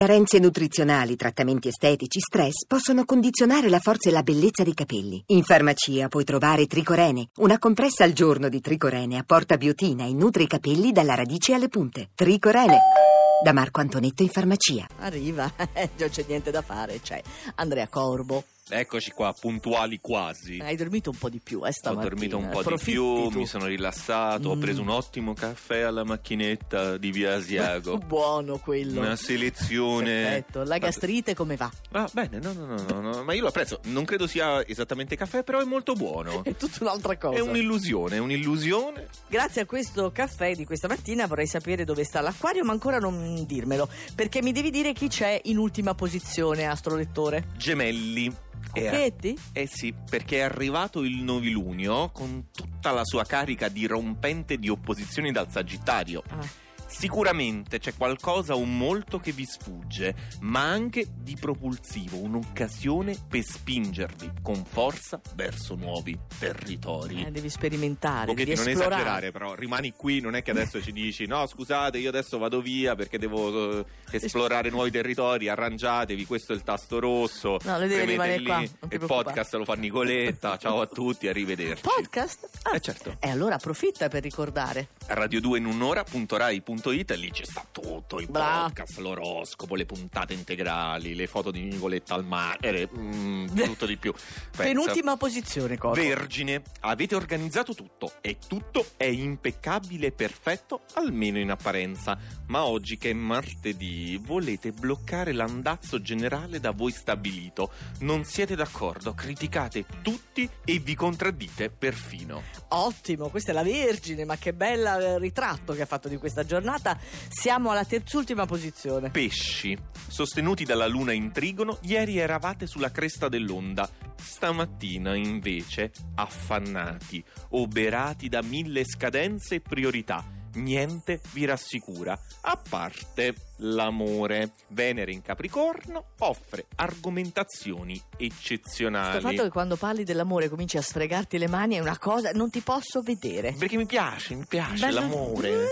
Carenze nutrizionali, trattamenti estetici, stress possono condizionare la forza e la bellezza dei capelli. In farmacia puoi trovare Tricorene. Una compressa al giorno di Tricorene apporta biotina e nutre i capelli dalla radice alle punte. Tricorene, da Marco Antonetto in farmacia. Arriva, non c'è niente da fare, c'è Andrea Corbo. Eccoci qua, puntuali quasi. Hai dormito un po' di più, stamattina. Ho dormito un po' di più, mi sono rilassato, ho preso un ottimo caffè alla macchinetta di Via Asiago. Buono quello. Una selezione. Perfetto, la gastrite come va? Ah, bene, no, ma io lo apprezzo. Non credo sia esattamente caffè, però è molto buono. È tutta un'altra cosa. È un'illusione. Grazie a questo caffè di questa mattina vorrei sapere dove sta l'acquario, ma ancora non dirmelo, perché mi devi dire chi c'è in ultima posizione, astrolettore. Gemelli. Cocchetti? Sì, perché è arrivato il novilunio con tutta la sua carica dirompente di opposizioni dal Sagittario. Sicuramente c'è qualcosa o molto che vi sfugge, ma anche di propulsivo, un'occasione per spingervi con forza verso nuovi territori. Devi sperimentare, devi non esplorare. esagerare, però rimani qui, non è che adesso ci dici no scusate io adesso vado via perché devo esplorare nuovi territori, arrangiatevi, questo è il tasto rosso. No, lo devi rimanere lì, qua, non ti il preoccupare. podcast lo fa Nicoletta. Ciao a tutti, arrivederci. Podcast? Certo. E allora approfitta per ricordare. Radio 2 in un'ora.rai.it, lì c'è sta tutto, il Bravo. podcast, l'oroscopo, le puntate integrali, le foto di Nicoletta al mare, tutto di più. Penultima posizione, Corbo. Vergine, avete organizzato tutto e tutto è impeccabile e perfetto, almeno in apparenza, ma oggi che è martedì volete bloccare l'andazzo generale da voi stabilito. Non siete d'accordo, criticate tutti e vi contraddite perfino. Ottimo, questa è la Vergine, ma che bel ritratto che ha fatto di questa giornata. Siamo alla terzultima posizione. Pesci, sostenuti dalla luna in trigono, ieri eravate sulla cresta dell'onda. Stamattina invece affannati, oberati da 1000 scadenze e priorità. Niente vi rassicura, a parte l'amore. Venere in Capricorno offre argomentazioni eccezionali. Sto fatto che quando parli dell'amore cominci a sfregarti le mani è una cosa, non ti posso vedere. Perché mi piace l'amore.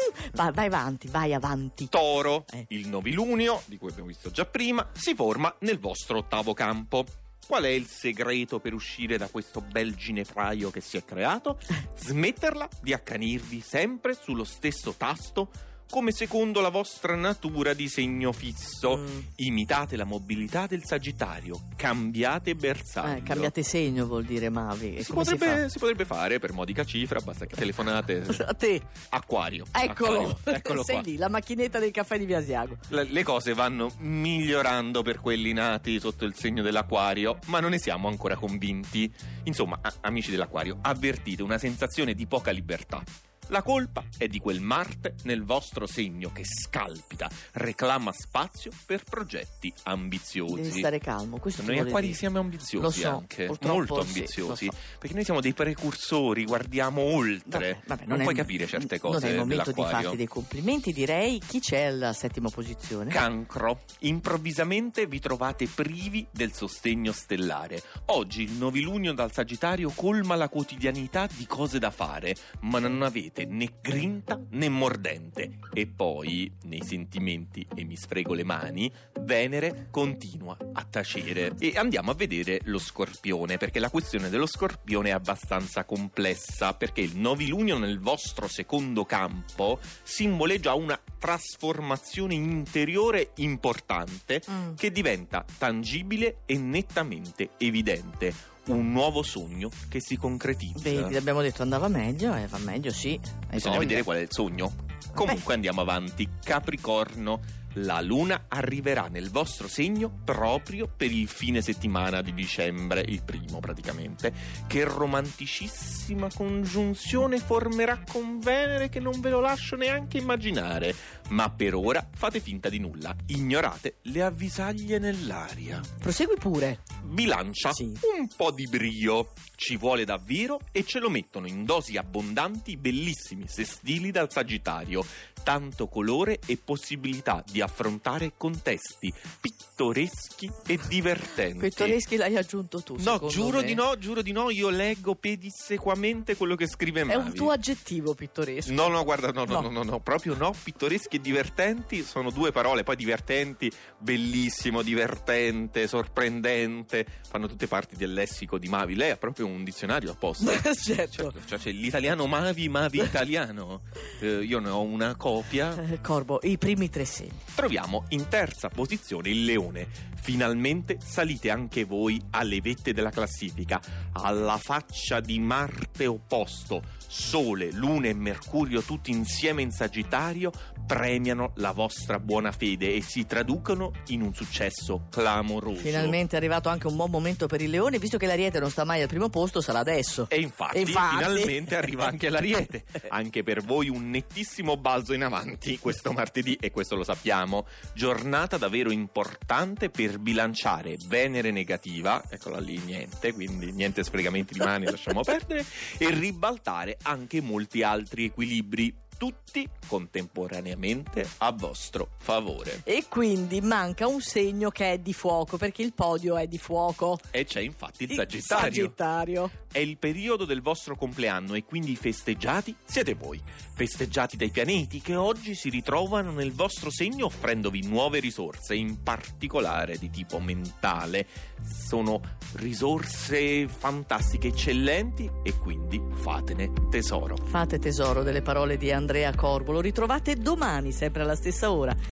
Vai avanti. Toro, il novilunio, di cui abbiamo visto già prima, si forma nel vostro ottavo campo. Qual è il segreto per uscire da questo bel ginepraio che si è creato? Smetterla di accanirvi sempre sullo stesso tasto, come secondo la vostra natura di segno fisso. Imitate la mobilità del Sagittario, cambiate bersaglio. Cambiate segno vuol dire, Mavi. Si potrebbe fare per modica cifra, basta che telefonate. A te. Acquario. Eccolo Eccolo sei qua. lì, la macchinetta dei caffè di Via Asiago. Le cose vanno migliorando per quelli nati sotto il segno dell'Acquario, ma non ne siamo ancora convinti. Insomma, amici dell'Acquario, avvertite una sensazione di poca libertà. La colpa è di quel Marte nel vostro segno che scalpita, reclama spazio per progetti ambiziosi. Devi stare calmo, questo Noi acquari siamo ambiziosi, lo so, anche purtroppo molto sì, ambiziosi, lo so. perché noi siamo dei precursori, guardiamo oltre. Vabbè, non puoi capire certe cose non è il momento dell'Acquario. di farti dei complimenti, direi. Chi c'è alla settima posizione? Cancro, improvvisamente vi trovate privi del sostegno stellare. Oggi il novilunio dal Sagittario colma la quotidianità di cose da fare, ma non avete né grinta né mordente. E poi, nei sentimenti, e mi sfrego le mani, Venere continua a tacere. E andiamo a vedere lo Scorpione, perché la questione dello Scorpione è abbastanza complessa, perché il novilunio nel vostro secondo campo simboleggia una trasformazione interiore importante che diventa tangibile e nettamente evidente. Un nuovo sogno che si concretizza. Vedi, abbiamo detto andava meglio, va meglio, sì. Bisogna vedere qual è il sogno. Comunque andiamo avanti. Capricorno, la luna arriverà nel vostro segno proprio per il fine settimana di dicembre, il primo praticamente. Che romanticissima congiunzione formerà con Venere che non ve lo lascio neanche immaginare. Ma per ora fate finta di nulla, ignorate le avvisaglie nell'aria. Prosegui pure. Bilancia, sì. Un po' di brio ci vuole davvero e ce lo mettono in dosi abbondanti bellissimi sestili dal Sagittario. Tanto colore e possibilità di affrontare contesti pittoreschi e divertenti. Pittoreschi l'hai aggiunto tu, No, secondo giuro me. giuro di no, io leggo pedissequamente quello che scrive È Mavi. un tuo aggettivo, pittoresco. No, guarda, no, proprio no. Pittoreschi e divertenti sono due parole. Poi divertenti, bellissimo, divertente, sorprendente, fanno tutte parti del lessico di Mavi. Lei ha proprio un dizionario apposta. Certo. Cioè c'è l'italiano Mavi italiano. Io ne ho una copia. Corbo, i primi 3 segni. Troviamo in terza posizione il leone. Finalmente salite anche voi alle vette della classifica. Alla faccia di Marte opposto, Sole, Luna e Mercurio tutti insieme in Sagittario premiano la vostra buona fede e si traducono in un successo clamoroso. Finalmente è arrivato anche un buon momento per il leone, visto che l'Ariete non sta mai al primo posto, sarà adesso. E infatti finalmente arriva anche l'Ariete. Anche per voi un nettissimo balzo in avanti questo martedì, e questo lo sappiamo. Giornata davvero importante per bilanciare Venere negativa, eccola lì, niente, quindi niente sfregamenti di mani, lasciamo perdere, e ribaltare anche molti altri equilibri, tutti contemporaneamente a vostro favore. E quindi manca un segno che è di fuoco, perché il podio è di fuoco. E c'è infatti il Il Sagittario. Sagittario. È il periodo del vostro compleanno e quindi i festeggiati siete voi. Festeggiati dai pianeti che oggi si ritrovano nel vostro segno offrendovi nuove risorse, in particolare di tipo mentale. Sono risorse fantastiche, eccellenti, e quindi fatene tesoro. Fate tesoro delle parole di Andrea Corbo. Lo ritrovate domani, sempre alla stessa ora.